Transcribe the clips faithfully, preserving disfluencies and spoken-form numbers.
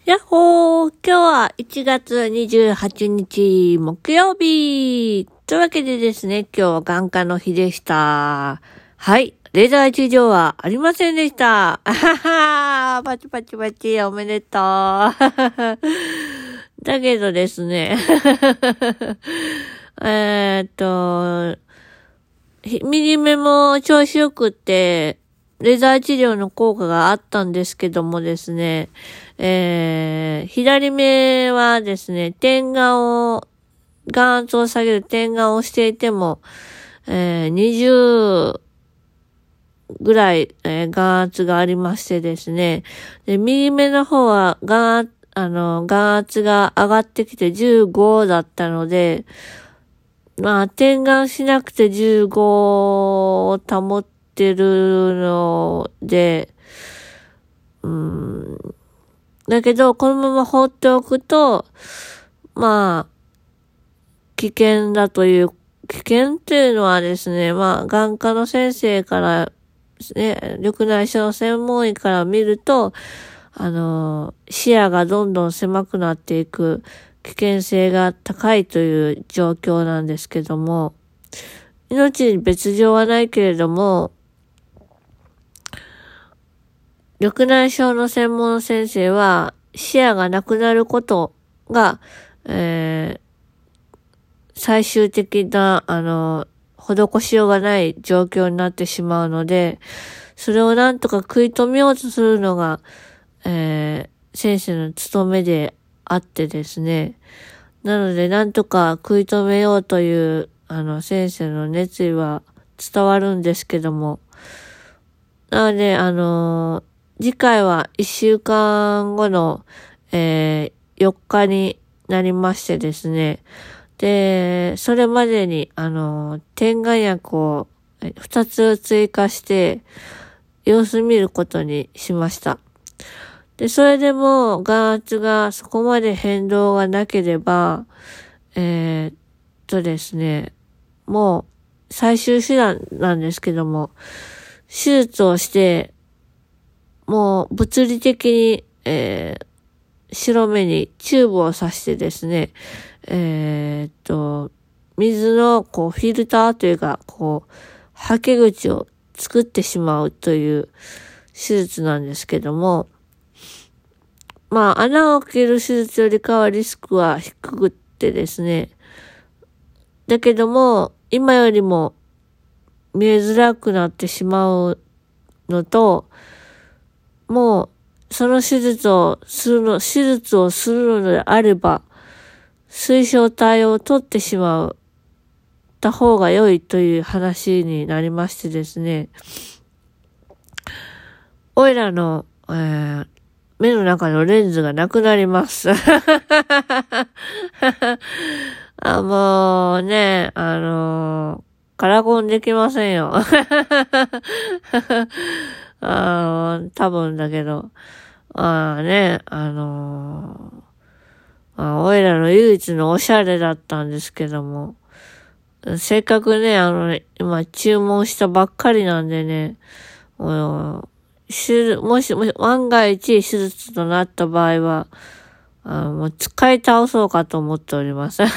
やっほー、今日はいちがつにじゅうはちにち木曜日というわけでですね、今日は眼科の日でした。はい、レーザー治療はありませんでした。あははー、パチパチパチおめでとう。だけどですね、えっと、右目も調子よくって、レーザー治療の効果があったんですけどもですね、えー、左目はですね、点眼を、眼圧を下げる点眼をしていても、えー、にじゅうぐらい、えー、眼圧がありましてですね、で右目の方は眼圧、あの、眼圧が上がってきてじゅうごだったので、まあ、点眼しなくてじゅうごを保ってるので、うーん、だけど、このまま放っておくと、まあ、危険だという、危険っていうのはですね、まあ、眼科の先生からですね、緑内障の専門医から見ると、あの、視野がどんどん狭くなっていく危険性が高いという状況なんですけども、命に別状はないけれども、緑内障の専門の先生は、視野がなくなることが、えー、最終的な、あの、施しようがない状況になってしまうので、それをなんとか食い止めようとするのが、えー、先生の務めであってですね。なので、なんとか食い止めようという、あの、先生の熱意は伝わるんですけども。なので、あのー、次回はいっしゅうかんごの、えー、よっかになりましてですね。で、それまでに、あのー、点眼薬をふたつ追加して、様子見ることにしました。で、それでも眼圧がそこまで変動がなければ、えー、っとですね、もう最終手段なんですけども、手術をして、もう物理的に、えー、白目にチューブを刺してですね、えー、っと、水のこうフィルターというか、こう、はけ口を作ってしまうという手術なんですけども、まあ、穴を開ける手術よりかはリスクは低くってですね、だけども、今よりも見えづらくなってしまうのと、もう、その手術をするの、手術をするのであれば、水晶体を取ってしまう、た方が良いという話になりましてですね、おいらの、えー、目の中のレンズがなくなります。あ、もうね、あのー、カラコンできませんよ。あ多分だけど、ああね、あのー、あおいらの唯一のおしゃれだったんですけども、せっかくね、あの、今注文したばっかりなんでね、もし、もし、もし、万が一手術となった場合は、あもう使い倒そうかと思っております。あ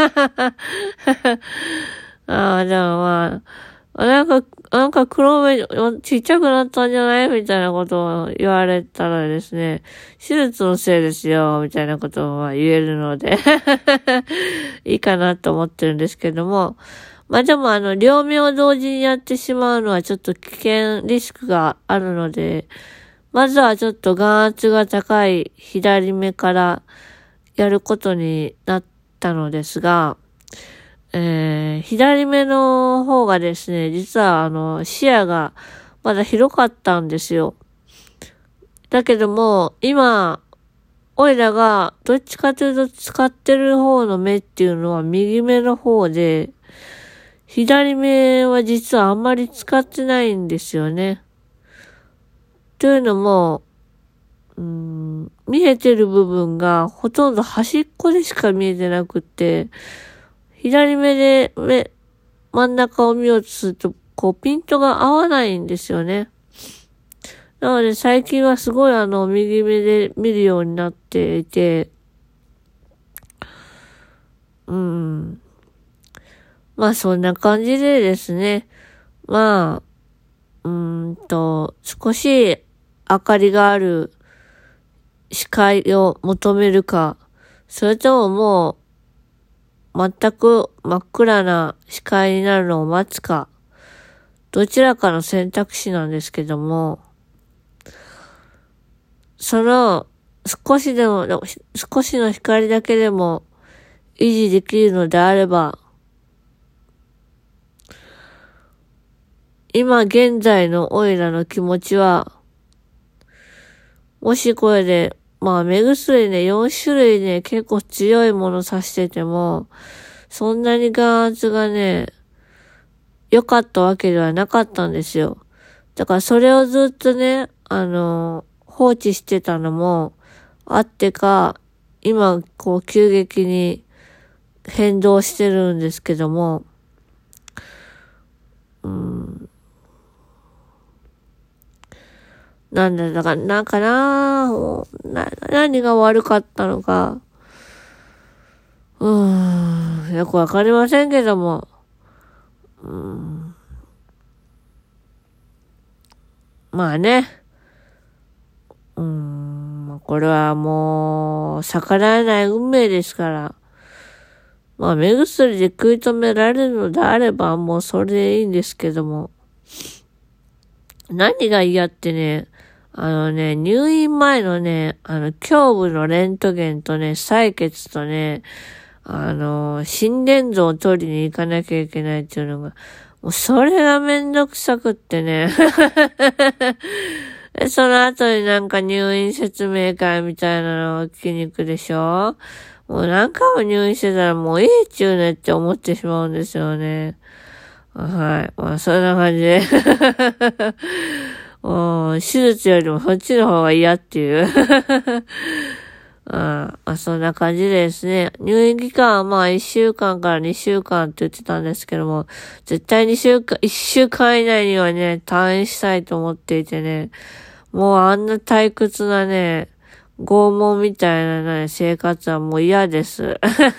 あ、でもまあ、なんか、なんか黒目ちっちゃくなったんじゃないみたいなことを言われたらですね、手術のせいですよ、みたいなことは言えるので、いいかなと思ってるんですけども、まあでもあの、両目を同時にやってしまうのはちょっと危険、リスクがあるので、まずはちょっと眼圧が高い左目からやることになったのですが、えー、左目の方がですね、実はあの、視野がまだ広かったんですよ。だけども、今、おいらがどっちかというと使ってる方の目っていうのは右目の方で、左目は実はあんまり使ってないんですよね。というのも、うーん、見えてる部分がほとんど端っこでしか見えてなくって、左目で目、真ん中を見ようとすると、こうピントが合わないんですよね。 なので最近はすごいあの、右目で見るようになっていて、うん。まあそんな感じでですね。まあ、うーんと、少し明かりがある視界を求めるか、それとももう全く真っ暗な視界になるのを待つか、どちらかの選択肢なんですけども、その少しでも、少しの光だけでも維持できるのであれば、今現在のオイラの気持ちは、もしこれで、まあ目薬ね、よん種類ね、結構強いものさしてても、そんなに眼圧がね、良かったわけではなかったんですよ。だからそれをずっとね、あの、放置してたのもあってか、今こう急激に変動してるんですけども、うーん、なんだ、だから、なんかなぁ、な、何が悪かったのか、うーん、よくわかりませんけども、うーん、まあね、うーん、これはもう、逆らえない運命ですから、まあ目薬で食い止められるのであれば、もうそれでいいんですけども、何が嫌ってね、あのね、入院前のね、あの、胸部のレントゲンとね、採血とね、あの、心電図を取りに行かなきゃいけないっていうのが、もうそれがめんどくさくってね。でその後になんか入院説明会みたいなのを聞きに行くでしょ。もう何回も入院してたらもういいっちゅうねって思ってしまうんですよね。はい。まあそんな感じで。うん、手術よりもそっちの方が嫌っていう。ああ、そんな感じですね。入院期間はまあいっしゅうかんからにしゅうかんって言ってたんですけども、絶対に週間、いっしゅうかん以内にはね、退院したいと思っていてね、もうあんな退屈なね、拷問みたいなね、生活はもう嫌です。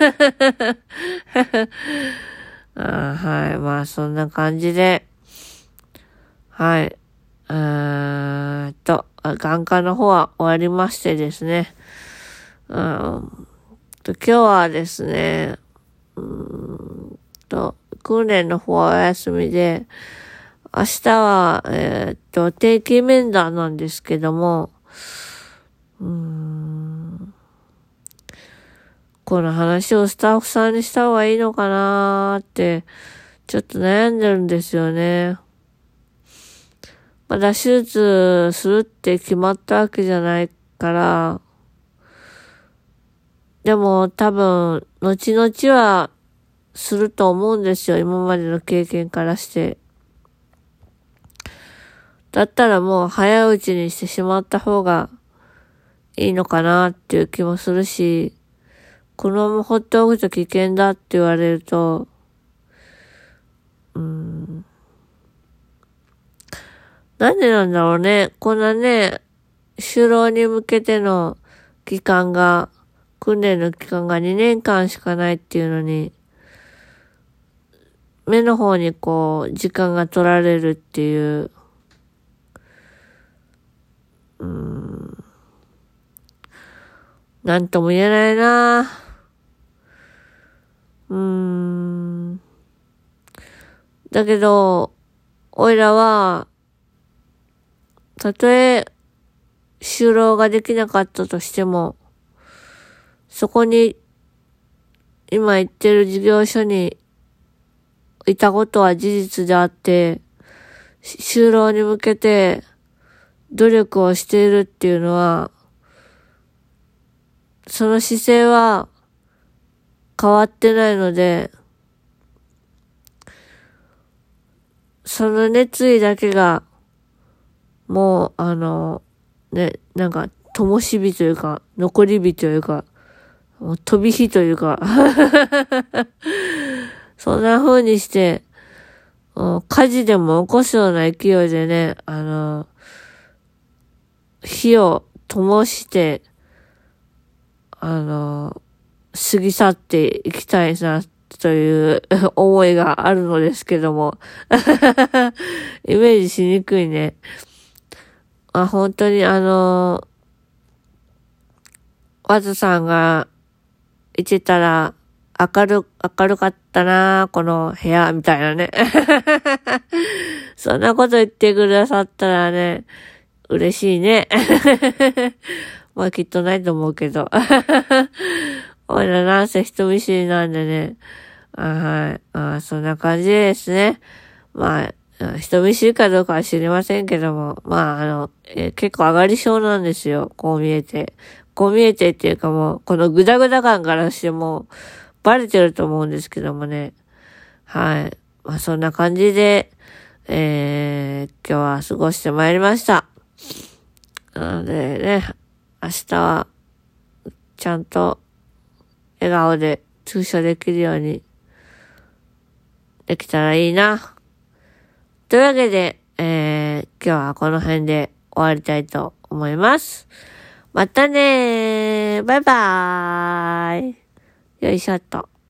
あはい。まあそんな感じで、はい。うーんと、眼科の方は終わりましてですね。うんと今日はですね、うーんと、訓練の方はお休みで、明日は、えーっと、定期面談なんですけども、うーん、この話をスタッフさんにした方がいいのかなーって、ちょっと悩んでるんですよね。まだ手術するって決まったわけじゃないから、でも多分、後々はすると思うんですよ。今までの経験からして。だったらもう早いうちにしてしまった方がいいのかなっていう気もするし、このまま放っておくと危険だって言われると、うーん、なんでなんだろうね。こんなね、就労に向けての期間が、訓練の期間がにねんかんしかないっていうのに、目の方にこう、時間が取られるっていう、うーん、なんとも言えないな。うーん。だけど、おいらは、たとえ、就労ができなかったとしても、そこに、今言ってる事業所にいたことは事実であって、就労に向けて努力をしているっていうのは、その姿勢は変わってないので、その熱意だけが、もう、あの、ね、なんか、灯火というか、残り火というか、もう飛び火というか、そんな風にして、火事でも起こすような勢いでね、あの、 火を灯して、あの、過ぎ去っていきたいな、という思いがあるのですけども。イメージしにくいね。あ、本当にあの、わずさんが言ってたら、明る、明るかったな、この部屋、みたいなね。そんなこと言ってくださったらね、嬉しいね。まあきっとないと思うけど。おいらなんせ人見知りなんでね。あはいあ。そんな感じですね。まあ、人見知りかどうかは知りませんけども。まあ、あの、えー、結構上がり症なんですよ。こう見えて。こう見えてっていうかもう、このグダグダ感からしても、バレてると思うんですけどもね。はい。まあそんな感じで、えー、今日は過ごしてまいりました。なのでね、明日は、ちゃんと、笑顔で通所できるように、できたらいいな。というわけで、えー、今日はこの辺で終わりたいと思います。またねー。バイバーイ。よいしょっと。